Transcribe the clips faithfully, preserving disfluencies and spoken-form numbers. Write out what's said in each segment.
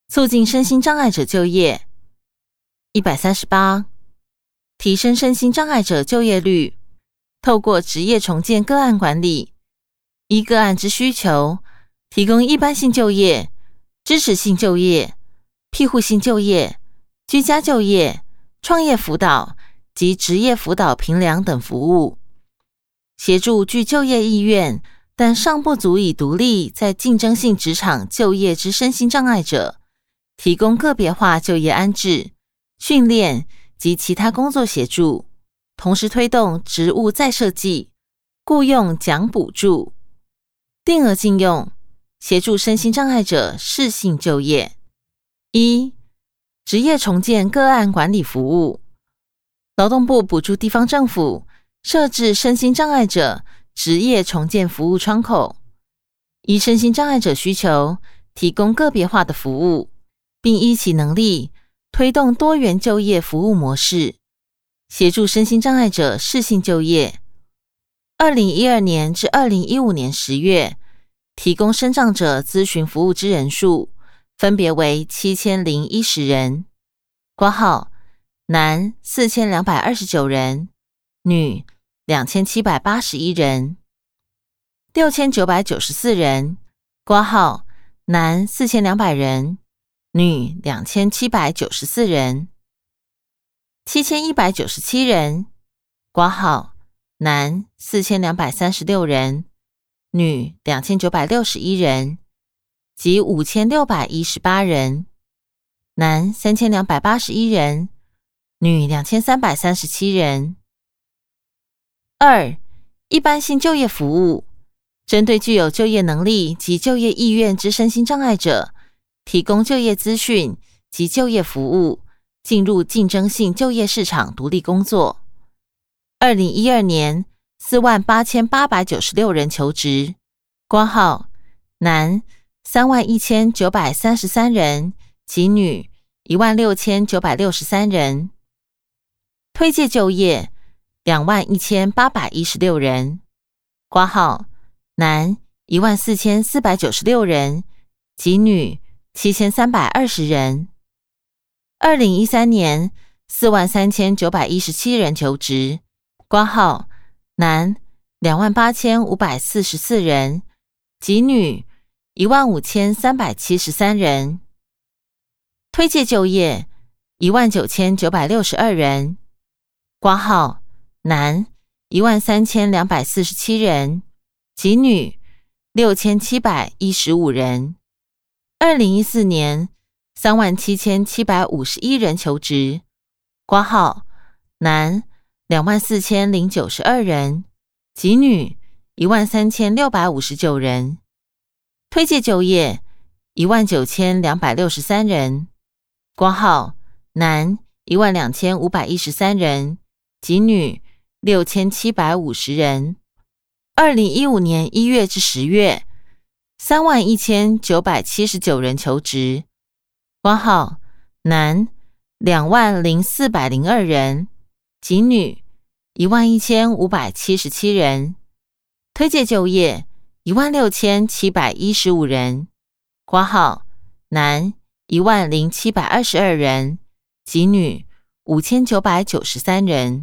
促进身心障碍者就业。一百三十八，提升身心障碍者就业率，透过职业重建个案管理，依个案之需求，提供一般性就业、支持性就业、庇护性就业、居家就业、创业辅导及职业辅导评量等服务，协助具就业意愿但尚不足以独立在竞争性职场就业之身心障碍者，提供个别化就业安置、训练及其他工作协助，同时推动职务再设计、雇用奖补助、定额禁用，协助身心障碍者适性就业。一、职业重建个案管理服务。劳动部补助地方政府设置身心障碍者职业重建服务窗口，依身心障碍者需求，提供个别化的服务，并依其能力推动多元就业服务模式，协助身心障碍者适性就业。二零一二年至二零一五年十月，提供身障者咨询服务之人数分别为七千零一十人，括号男四千两百二十九人，女两千七百八十一人，六千九百九十四人，括号男四千两百人，女两千七百九十四人，七千一百九十七人，括号男四千两百三十六人，女两千九百六十一人，及五千六百一十八人，男三千两百八十一人，女两千三百三十七人。二、一般性就业服务，针对具有就业能力及就业意愿之身心障碍者，提供就业资讯及就业服务，进入竞争性就业市场独立工作。二零一二年四万八千八百九十六人求职，括号男三万一千九百三十三人及女一万六千九百六十三人。推介就业两万一千八百一十六人，括号男一万四千四百九十六人及女七千三百二十人。二零一三年四万三千九百一十七人求职，括号男两万八千五百四十四人及女一万五千三百七十三人。推介就业一万九千九百六十二人，括号男一万三千两百四十七人及女六千七百一十五人。二零一四年三万七千七百五十一人求职，括号男两万四千零九十二人及女一万三千六百五十九人。推介就业一万九千两百六十三人，括号男一万两千五百一十三人及女六千七百五十人。二零一五年一月至十月，三万一千九百七十九人求职，括号男两万零四百零二人及女一万一千五百七十七人。推介就业一万六千七百一十五人，括号男一万零七百二十二人及女五千九百九十三人。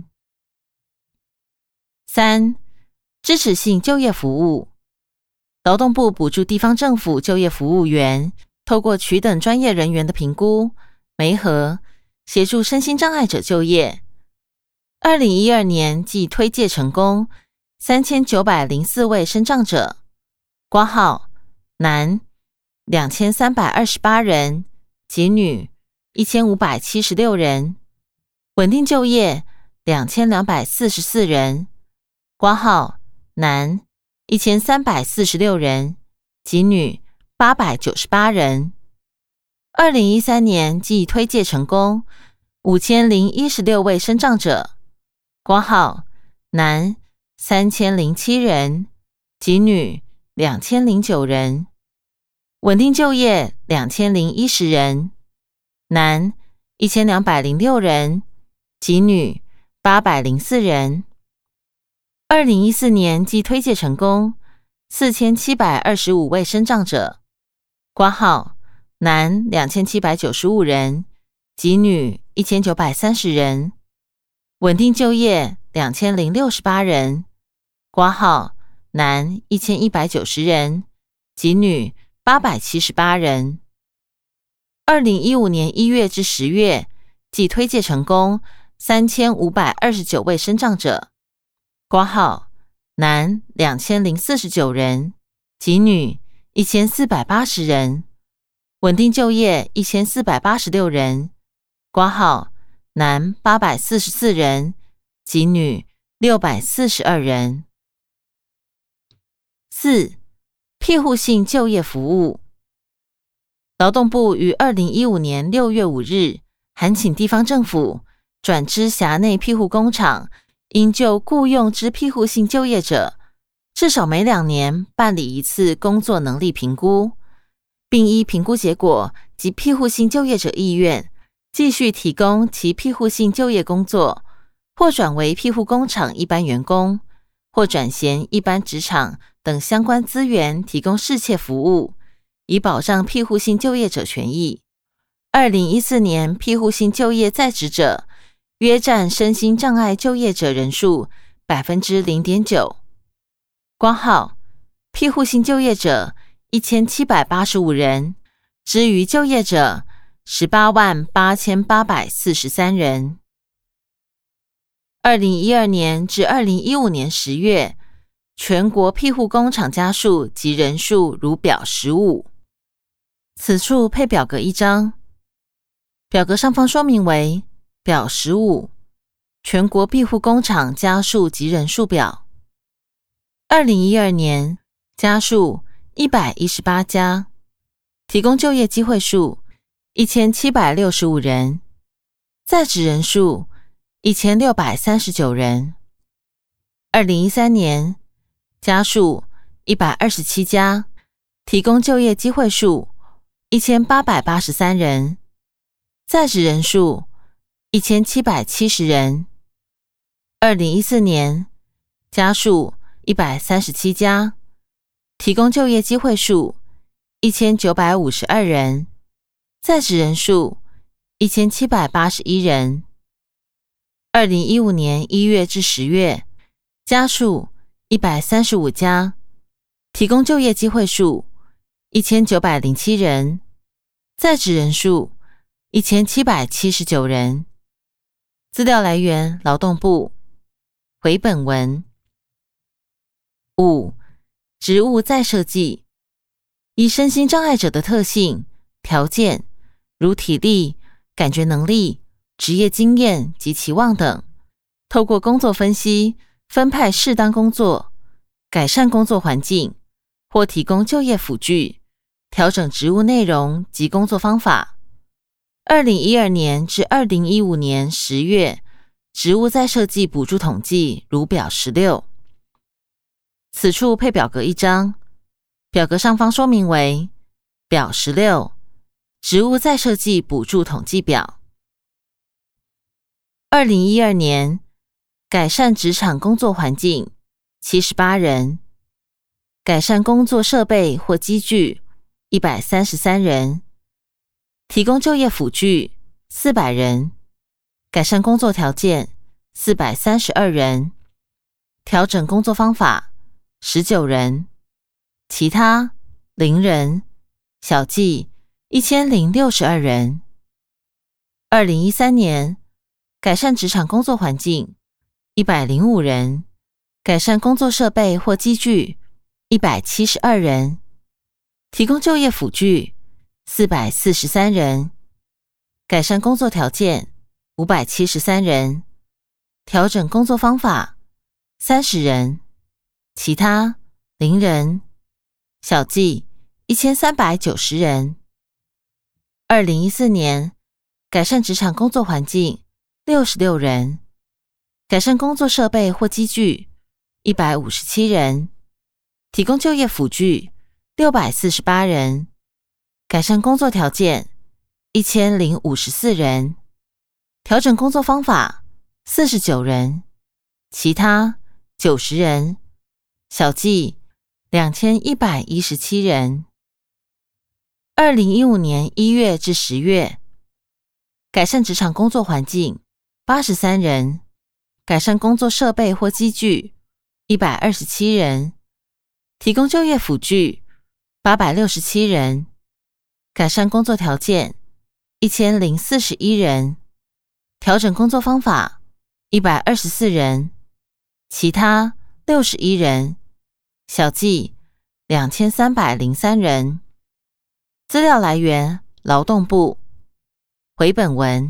三、支持性就业服务。劳动部补助地方政府就业服务员，透过取等专业人员的评估、媒合，协助身心障碍者就业。二零一二年即推介成功三千九百零四位身障者，括号男两千三百二十八人及女一千五百七十六人，稳定就业两千两百四十四人，括号男一千三百四十六人及女八百九十八人。二零一三年即推介成功五千零一十六位身障者，括号男三千零七人及女两千零九人，稳定就业两千零一十人，男一千两百零六人及女八百零四人。二零一四年即推介成功四千七百二十五位身障者，括号男两千七百九十五人，及女一千九百三十人，稳定就业两千零六十八人，括号男一千一百九十人，及女八百七十八人。二零一五年一月至十月，即推介成功三千五百二十九位身障者，括号男两千零四十九人，及女一千四百八十人，稳定就业一千四百八十六人，括号男八百四十四人，及女六百四十二人。四、庇护性就业服务。劳动部于二零一五年六月五日函请地方政府转知辖内庇护工厂应就雇用之庇护性就业者，至少每两年办理一次工作能力评估，并依评估结果及庇护性就业者意愿，继续提供其庇护性就业工作，或转为庇护工厂一般员工，或转衔一般职场等相关资源提供适切服务，以保障庇护性就业者权益。二零一四年庇护性就业在职者约占身心障碍就业者人数 百分之零点九。 括号庇护性就业者一千七百八十五人，之余就业者十八万八千八百四十三人。二零一二年至二零一五年十月，全国庇护工厂家数及人数如表十五。此处配表格一张，表格上方说明为表十五，全国庇护工厂家数及人数表。二零一二年家数一百一十八家，提供就业机会数一千七百六十五人，在职人数一千六百三十九人。二零一三年家数一百二十七家，提供就业机会数一千八百八十三人，在职人数一千七百七十人。二零一四年家数一百三十七家，提供就业机会数一千九百五十二人，在职人数一千七百八十一人。二零一五年一月至十月，家数一百三十五家，提供就业机会数一千九百零七人，在职人数一千七百七十九人。资料来源劳动部。回本文。五、职务再设计。依身心障碍者的特性、条件，如体力、感觉能力、职业经验及期望等，透过工作分析，分派适当工作，改善工作环境，或提供就业辅具，调整职务内容及工作方法。二零一二年至二零一五年十月，职务再设计补助统计如表十六。此处配表格一张，表格上方说明为表十六，职务再设计补助统计表。二零一二年改善职场工作环境七十八人，改善工作设备或机具一百三十三人，提供就业辅具四百人，改善工作条件四百三十二人，调整工作方法十九人，其他零人，小计一千零六十二人。二零一三年改善职场工作环境一百零五人，改善工作设备或机具一百七十二人，提供就业辅具四百四十三人，改善工作条件五百七十三人，调整工作方法三十人，其他零人，小计一千三百九十人。二零一四年改善职场工作环境六十六人，改善工作设备或机具一百五十七人，提供就业辅具六百四十八人，改善工作条件一千零五十四人，调整工作方法四十九人，其他九十人，小计两千一百一十七人。 二零一五年一月至十月，改善职场工作环境八十三人，改善工作设备或机具一百二十七人，提供就业辅具八百六十七人，改善工作条件一千零四十一人，调整工作方法一百二十四人，其他六十一人，小计两千三百零三人。资料来源劳动部。回本文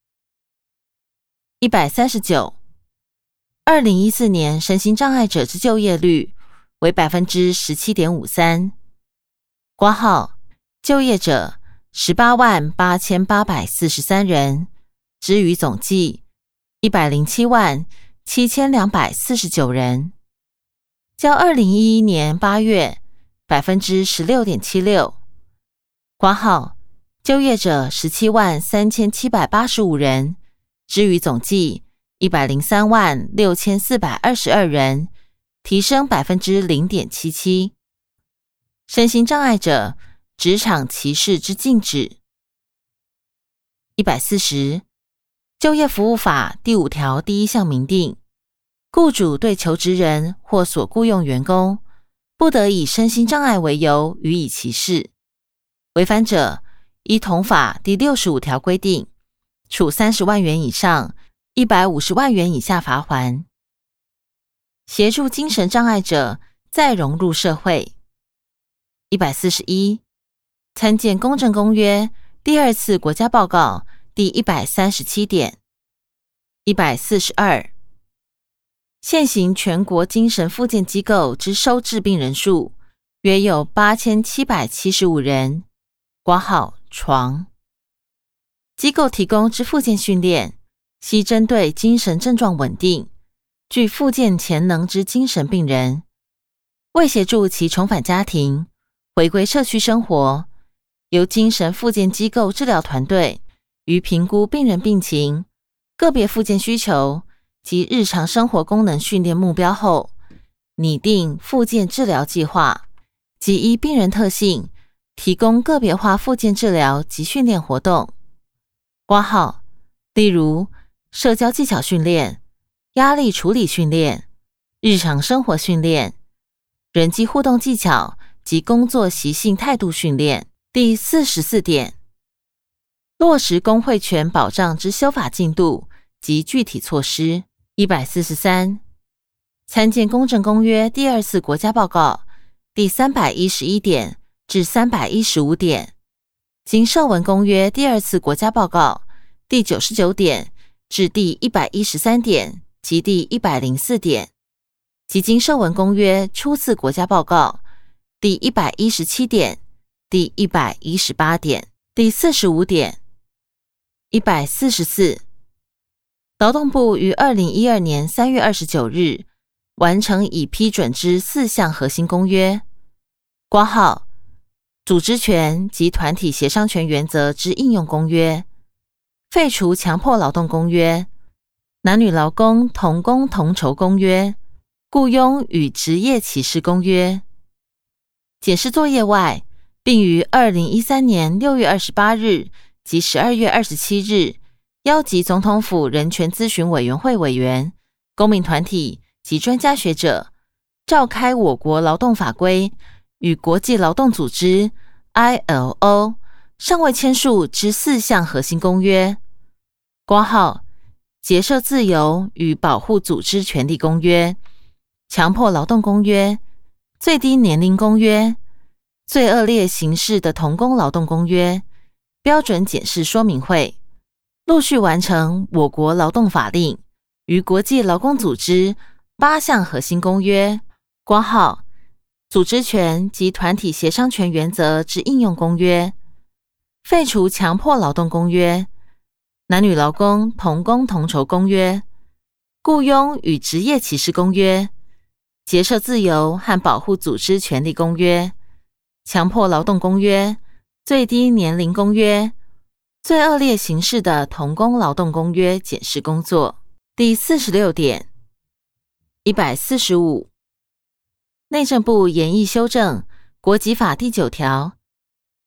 一百三十九，二零一四年身心障碍者之就业率为 百分之十七点五三， 括号就业者十八万八千八百四十三人，之余总计一百零七万七千两百四十九人，较二零一一年八月 百分之十六点七六， 括号就业者十七万三千七百八十五人，之余总计一百零三万六千四百二十二人，提升 百分之零点七七。 身心障碍者职场歧视之禁止。一百四十，就业服务法第五条第一项明定，雇主对求职人或所雇用员工，不得以身心障碍为由予以歧视，违反者依同法第六十五条规定，处三十万元以上一百五十万元以下罚锾。协助精神障碍者再融入社会。一百四十一，参见公政公约第二次国家报告第一百三十七点。一百四十二，现行全国精神复健机构之收治病人数约有八千七百七十五人，括号床。机构提供之复健训练，悉针对精神症状稳定、具复健潜能之精神病人，为协助其重返家庭、回归社区生活，由精神复健机构治疗团队于评估病人病情、个别复健需求及日常生活功能训练目标后，拟定复健治疗计划，及依病人特性提供个别化复健治疗及训练活动。括号例如社交技巧训练、压力处理训练、日常生活训练、人际互动技巧及工作习性态度训练。第四十四点，落实工会权保障之修法进度及具体措施。一百四十三，参见公政公约第二次国家报告第三百一十一点至三百一十五点，经社文公约第二次国家报告第九十九点至第一百一十三点及第一百零四点，及经社文公约初次国家报告第一百一十七点、第一百一十八点。第四十五点。一百四十四，劳动部于二零一二年三月二十九日完成已批准之四项核心公约，括号组织权及团体协商权原则之应用公约，废除强迫劳动公约、男女劳工同工同酬公约、雇佣与职业歧视公约。检视作业外，并于二零一三年六月二十八日及十二月二十七日邀集总统府人权咨询委员会委员、公民团体及专家学者，召开我国劳动法规与国际劳动组织 I L O 尚未签署之四项核心公约，括号结社自由与保护组织权利公约、强迫劳动公约、最低年龄公约、最恶劣形式的童工劳动公约、标准检视说明会，陆续完成我国劳动法令与国际劳工组织八项核心公约，括号组织权及团体协商权原则之应用公约，废除强迫劳动公约、男女劳工同工同酬公约、雇佣与职业歧视公约、结社自由和保护组织权利公约、强迫劳动公约、最低年龄公约、最恶劣形式的童工劳动公约检视工作。第四十六点。一百四十五，内政部研议修正国籍法第九条，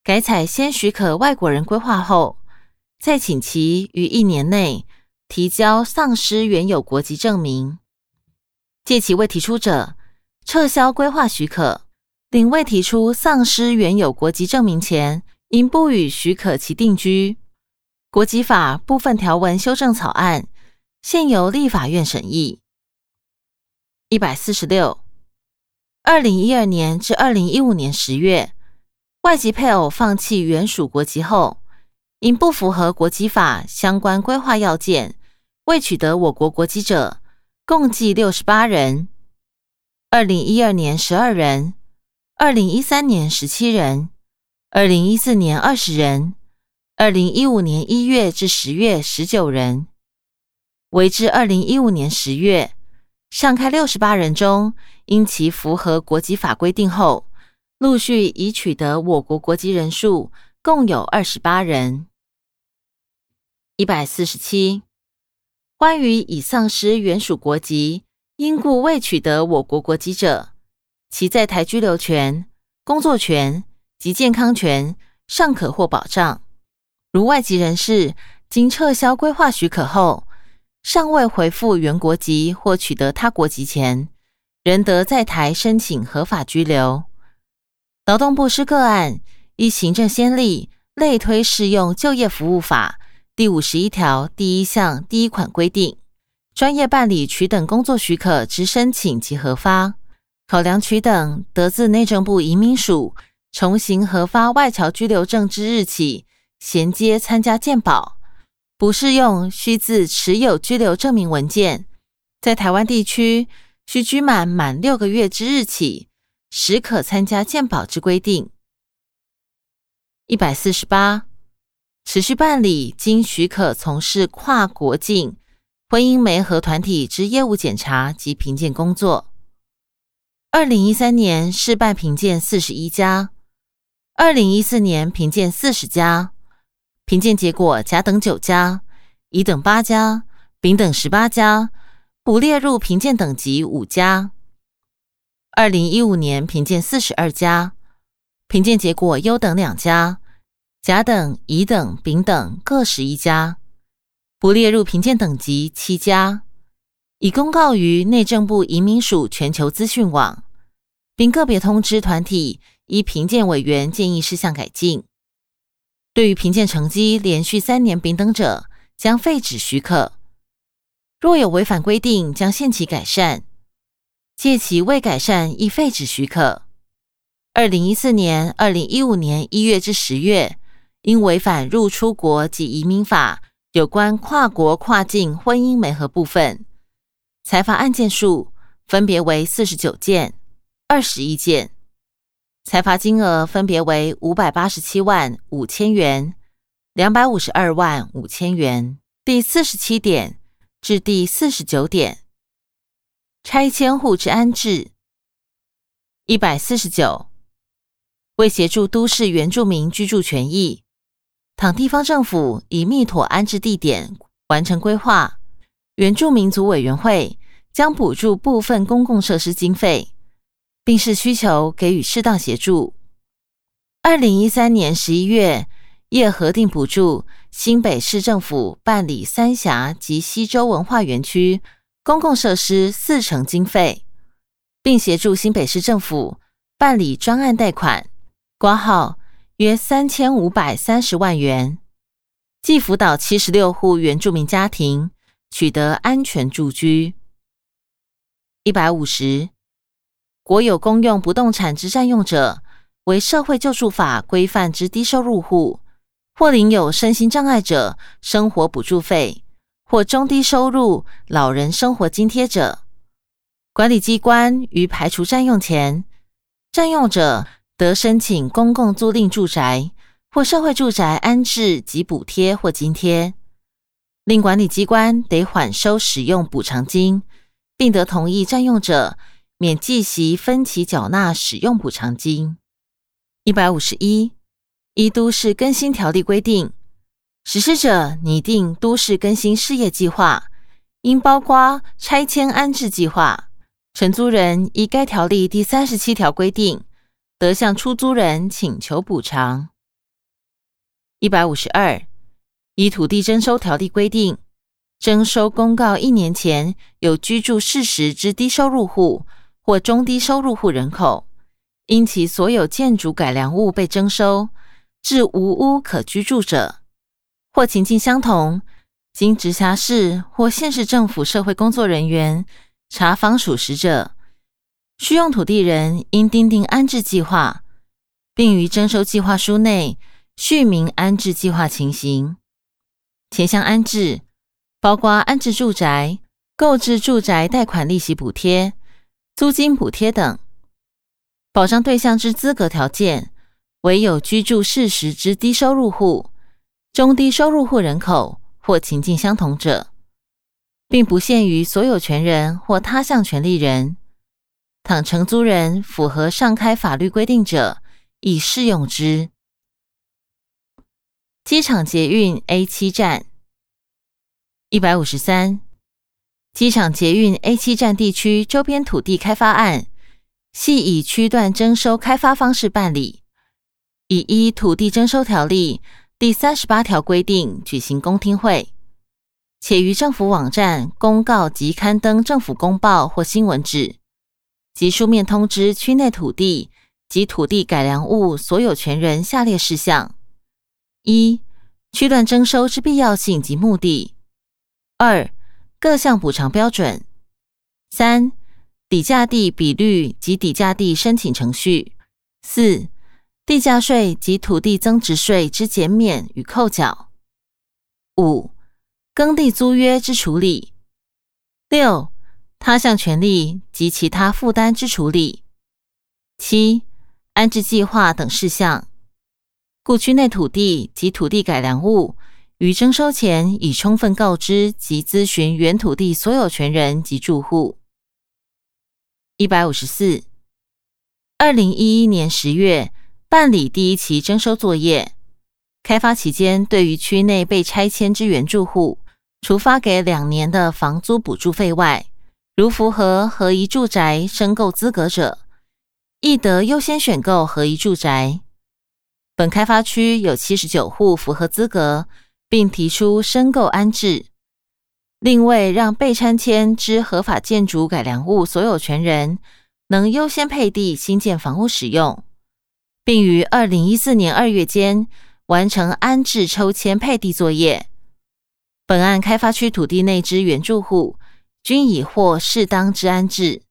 改采先许可外国人规划后，再请其于一年内提交丧失原有国籍证明。届期未提出者，撤销规划许可，另未提出丧失原有国籍证明前，应不予许可其定居。国籍法部分条文修正草案现由立法院审议。一百四十六，二零一二年至二零一五年十月，外籍配偶放弃原属国籍后，因不符合国籍法相关规划要件，未取得我国国籍者，共计六十八人。二零一二年十二人，二零一三年十七人，二零一四年二十人，二零一五年一月至十月十九人。为至二零一五年十月，上开六十八人中，因其符合国籍法规定后，陆续已取得我国国籍人数共有二十八人。一百四十七，关于已丧失原属国籍，因故未取得我国国籍者，其在台居留权、工作权及健康权尚可获保障。如外籍人士经撤销规划许可后，尚未回复原国籍或取得他国籍前，仍得在台申请合法居留。劳动部施个案依行政先例类推适用就业服务法第五十一条第一项第一款规定，专业办理取等工作许可之申请及核发，考量取等得自内政部移民署重新核发外侨居留证之日起衔接参加健保，不适用须自持有居留证明文件，在台湾地区须居满满六个月之日起，时可参加健保之规定。一百四十八，持续办理经许可从事跨国境婚姻媒合团体之业务检查及评鉴工作。二零一三年试办评鉴四十一家，二零一四年评鉴四十家，评鉴结果甲等九家，乙等八家，丙等十八家，不列入评鉴等级五家。二零一五年评鉴四十二家，评鉴结果优等两家，甲等、乙等、丙等各十一家，不列入评鉴等级七家，已公告于内政部移民署全球资讯网，并个别通知团体依评鉴委员建议事项改进。对于评鉴成绩连续三年丙等者，将废止许可；若有违反规定，将限期改善。届期未改善，亦废止许可。二零一四年、二零一五年一月至十月，因违反入出国及移民法有关跨国跨境婚姻媒合部分，裁罚案件数分别为四十九件、二十一件，裁罚金额分别为五百八十七万五千元、两百五十二万五千元。第四十七点至第四十九点，拆迁户之安置。一百四十九，为协助都市原住民居住权益，倘地方政府已密妥安置地点完成规划，原住民族委员会将补助部分公共设施经费，并视需求给予适当协助。二零一三年十一月，业核定补助新北市政府办理三峡及西洲文化园区公共设施四成经费，并协助新北市政府办理专案贷款，括号约三千五百三十万元，即辅导七十六户原住民家庭取得安全住居。一百五十，国有公用不动产之占用者，为社会救助法规范之低收入户，或领有身心障碍者生活补助费，或中低收入老人生活津贴者，管理机关于排除占用前，占用者得申请公共租赁住宅或社会住宅安置及补贴或津贴，另管理机关得缓收使用补偿金，并得同意占用者免计息分期缴纳使用补偿金。一百五十一，依都市更新条例规定，实施者拟定都市更新事业计划，应包括拆迁安置计划。承租人依该条例第三十七条规定，得向出租人请求补偿。 一百五十二，依土地征收条例规定，征收公告一年前有居住事实之低收入户或中低收入户人口，因其所有建筑改良物被征收，致无屋可居住者，或情境相同，经直辖市或县市政府社会工作人员查访属实者，需用土地人应订定安置计划，并于征收计划书内续明安置计划情形。前项安置包括安置住宅、购置住宅贷款利息补贴、租金补贴等。保障对象之资格条件为有居住事实之低收入户、中低收入户人口或情境相同者，并不限于所有权人或他项权利人。倘承租人符合上开法律规定者，亦适用之。机场捷运 A 七 站一百五十三，机场捷运 A 七 站地区周边土地开发案，系以区段征收开发方式办理，以依土地征收条例第三十八条规定举行公听会，且于政府网站公告及刊登政府公报或新闻纸，及书面通知区内土地及土地改良物所有权人下列事项：一、区段征收之必要性及目的；二、各项补偿标准；三、抵价地比率及抵价地申请程序；四、地价税及土地增值税之减免与扣缴；五、耕地租约之处理；六、他项权利及其他负担之处理；七、安置计划等事项。故区内土地及土地改良物于征收前已充分告知及咨询原土地所有权人及住户。一百五十四，二零一一年十月办理第一期征收作业，开发期间对于区内被拆迁之原住户，除发给两年的房租补助费外，如符合合宜住宅申购资格者，亦得优先选购合宜住宅。本开发区有七十九户符合资格，并提出申购安置。另为让被拆迁之合法建筑改良物所有权人能优先配地新建房屋使用，并于二零一四年二月间完成安置抽签配地作业。本案开发区土地内之原住户均已获适当之安置。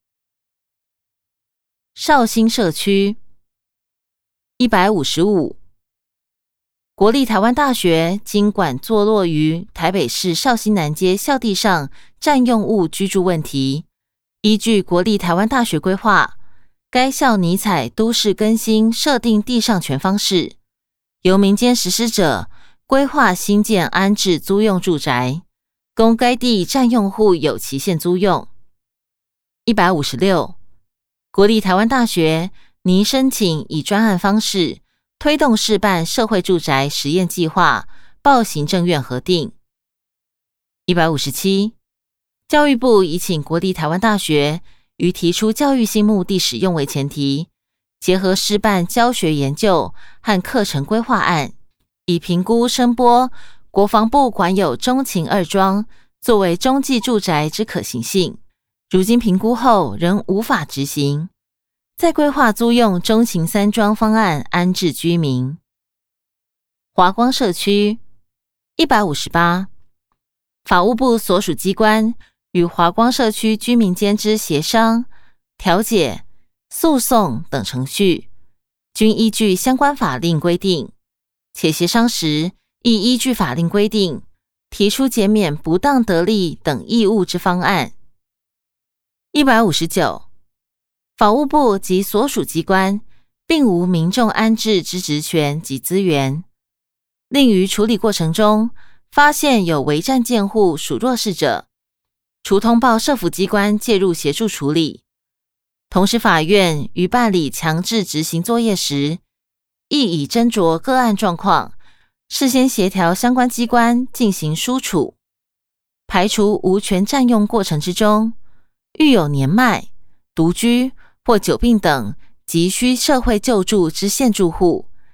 绍兴社区一百五十五，国立台湾大学经管坐落于台北市绍兴南街校地上占用物居住问题，依据国立台湾大学规划，该校拟采都市更新设定地上权方式，由民间实施者规划新建安置租用住宅，供该地占用户有期限租用。一百五十六，国立台湾大学拟申请以专案方式推动试办社会住宅实验计划，报行政院核定。一百五十七，教育部已请国立台湾大学于提出教育性目的使用为前提，结合试办教学研究和课程规划案，以评估声波国防部管有中情二庄作为中继住宅之可行性，如今评估后仍无法执行，再规划租用中情三庄方案安置居民。华光社区一百五十八，法务部所属机关与华光社区居民间之协商、调解、诉讼等程序，均依据相关法令规定，且协商时亦依据法令规定提出减免不当得利等义务之方案。一百五十九，法务部及所属机关并无民众安置之职权及资源，另于处理过程中发现有违占建户属弱势者，除通报社福机关介入协助处理。同时法院于办理强制执行作业时，亦已斟酌个案状况，事先协调相关机关进行疏处，排除无权占用过程之中遇有年迈、独居或久病等急需社会救助之现住户，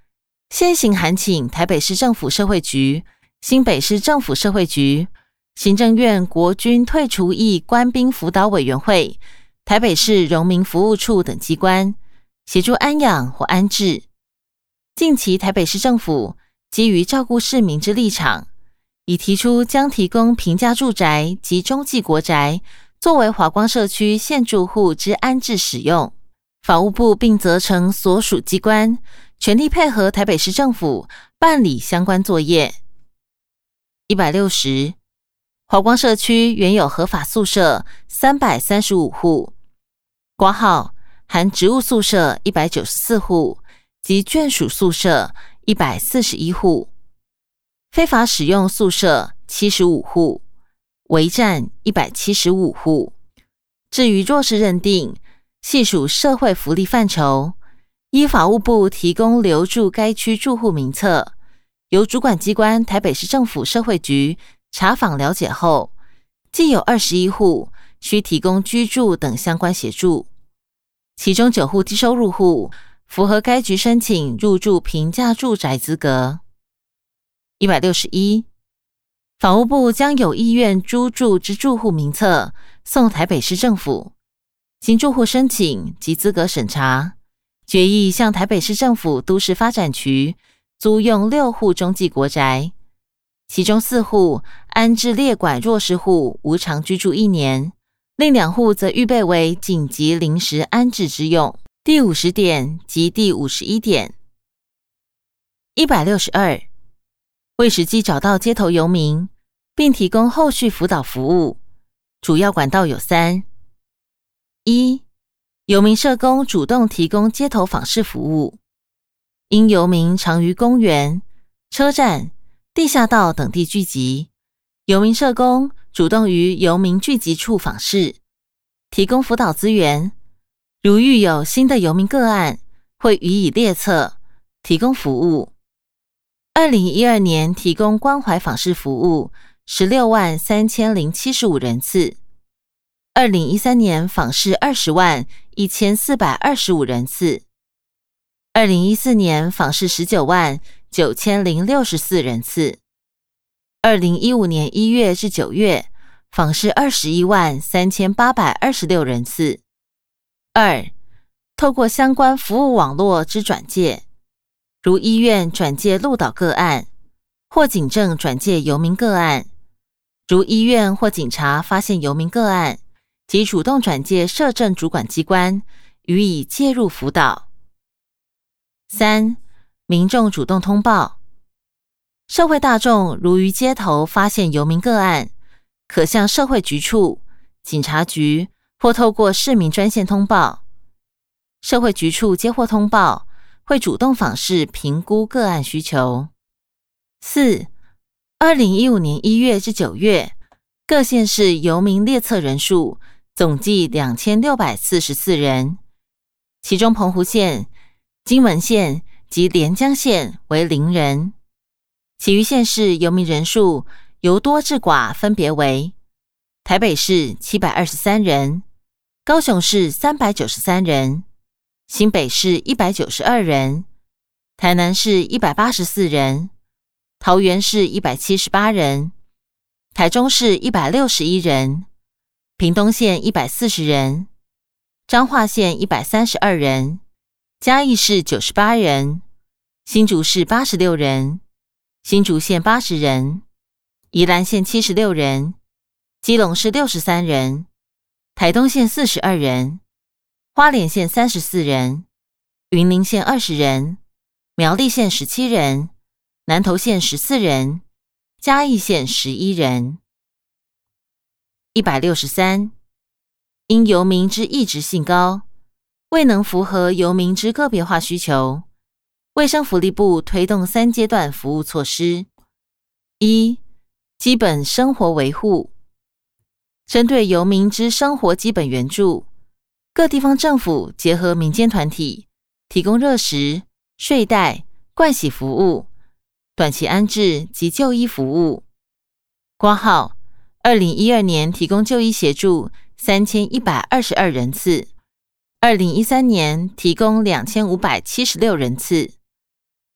现行函请台北市政府社会局、新北市政府社会局、行政院国军退除役官兵辅导委员会、台北市荣民服务处等机关，协助安养或安置。近期台北市政府基于照顾市民之立场，已提出将提供平价住宅及中继国宅作为华光社区现住户之安置使用。法务部并责成所属机关全力配合台北市政府办理相关作业。一百六十，华光社区原有合法宿舍三百三十五户，括号含职务宿舍一百九十四户及眷属宿舍一百四十一户，非法使用宿舍七十五户，违占一百七十五户。至于弱势认定，系属社会福利范畴，依法务部提供留住该区住户名册，由主管机关台北市政府社会局查访了解后，既有二十一户需提供居住等相关协助，其中九户低收入户符合该局申请入住平价住宅资格。一百六十一，法务部将有意愿租住之住户名册送台北市政府，经住户申请及资格审查，决议向台北市政府都市发展局租用六户中继国宅，其中四户安置列管弱势户无偿居住一年，另两户则预备为紧急临时安置之用。第五十点及第五十一点。一百六十二，为实际找到街头游民，并提供后续辅导服务，主要管道有三：一、游民社工主动提供街头访视服务，因游民常于公园、车站、地下道等地聚集，游民社工主动于游民聚集处访视，提供辅导资源，如遇有新的游民个案，会予以列册，提供服务。二零一二年提供关怀访视服务十六万三千零七十五人次，二零一三年访视二十万一千四百二十五人次，二零一四年访视十九万九千零六十四人次，二零一五年一月至九月访视二十一万三千八百二十六人次。二、透过相关服务网络之转介，如医院转介鹿岛个案，或警政转介游民个案，如医院或警察发现游民个案，即主动转介社政主管机关，予以介入辅导。三、民众主动通报，社会大众如于街头发现游民个案，可向社会局处、警察局或透过市民专线通报。社会局处接获通报，会主动访视评估个案需求。四、二零一五年一月至九月，各县市游民列册人数总计两千六百四十四人，其中澎湖县、金门县及连江县为零人，其余县市游民人数由多至寡分别为：台北市七百二十三人，高雄市三百九十三人，新北市一百九十二人，台南市一百八十四人，桃园市一百七十八人，台中市一百六十一人，屏东县一百四十人，彰化县一百三十二人，嘉义市九十八人，新竹市八十六人，新竹县八十人，宜兰县七十六人，基隆市六十三人，台东县四十二人，花莲县三十四人，云林县二十人，苗栗县十七人，南投县十四人，嘉义县十一人。一百六十三，因游民之异质性高，未能符合游民之个别化需求，卫生福利部推动三阶段服务措施。一、基本生活维护，针对游民之生活基本援助，各地方政府结合民间团体，提供热食、睡袋、盥洗服务、短期安置及就医服务。括号二零一二年提供就医协助三千一百二十二人次，二零一三年提供两千五百七十六人次。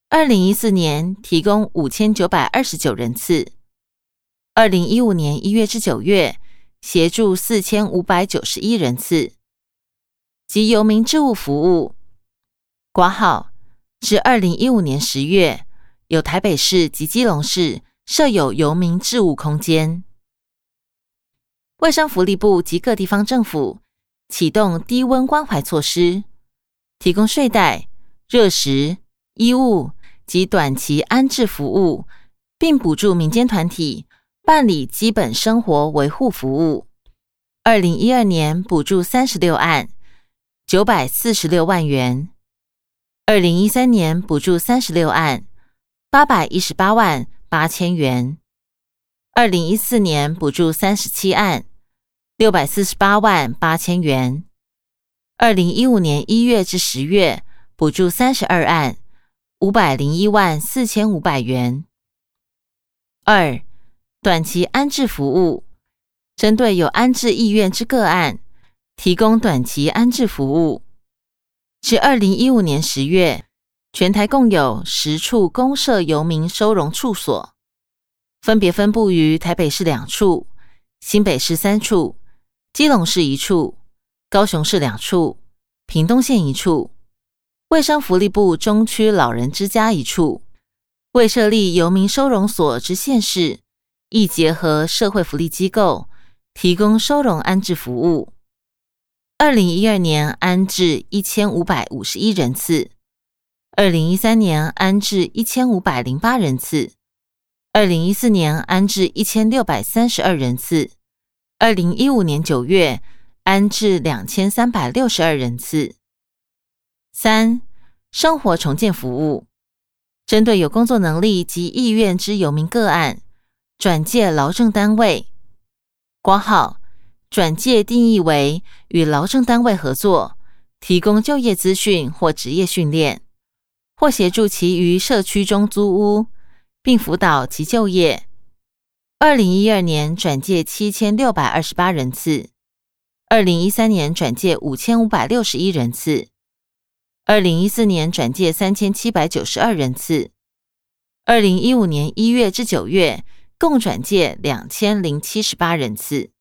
二零一四年提供五千九百二十九人次，二零一五年一月至九月协助四千五百九十一人次，及游民志务服务括号至二零一五年十月，有台北市及基隆市设有游民志务空间。卫生福利部及各地方政府启动低温关怀措施，提供睡袋、热食、衣物及短期安置服务，并补助民间团体办理基本生活维护服务。二零一二年补助三十六案，九百四十六万元。二零一三年补助三十六案，八百一十八万八千元。二零一四年补助三十七案，六百四十八万八千元。二零一五年一月至十月补助三十二案，五百零一万四千五百元。二、短期安置服务，针对有安置意愿之个案，提供短期安置服务。至二零一五年十月，全台共有十处公设游民收容处所，分别分布于台北市两处、新北市三处、基隆市一处、高雄市两处、屏东县一处，卫生福利部中区老人之家一处。为设立游民收容所之县市，亦结合社会福利机构，提供收容安置服务。二零一二年安置一千五百五十一人次，二零一三年安置一千五百零八人次，二零一四年安置一千六百三十二人次，二零一五年九月安置两千三百六十二人次。三、生活重建服务，针对有工作能力及意愿之游民个案，转介劳政单位括号转介定义为与劳政单位合作，提供就业资讯或职业训练，或协助其于社区中租屋，并辅导其就业。二零一二年转介七千六百二十八人次，二零一三年转介五千五百六十一人次，二零一四年转介三千七百九十二人次，二零一五年一月至九月共转介两千零七十八人次。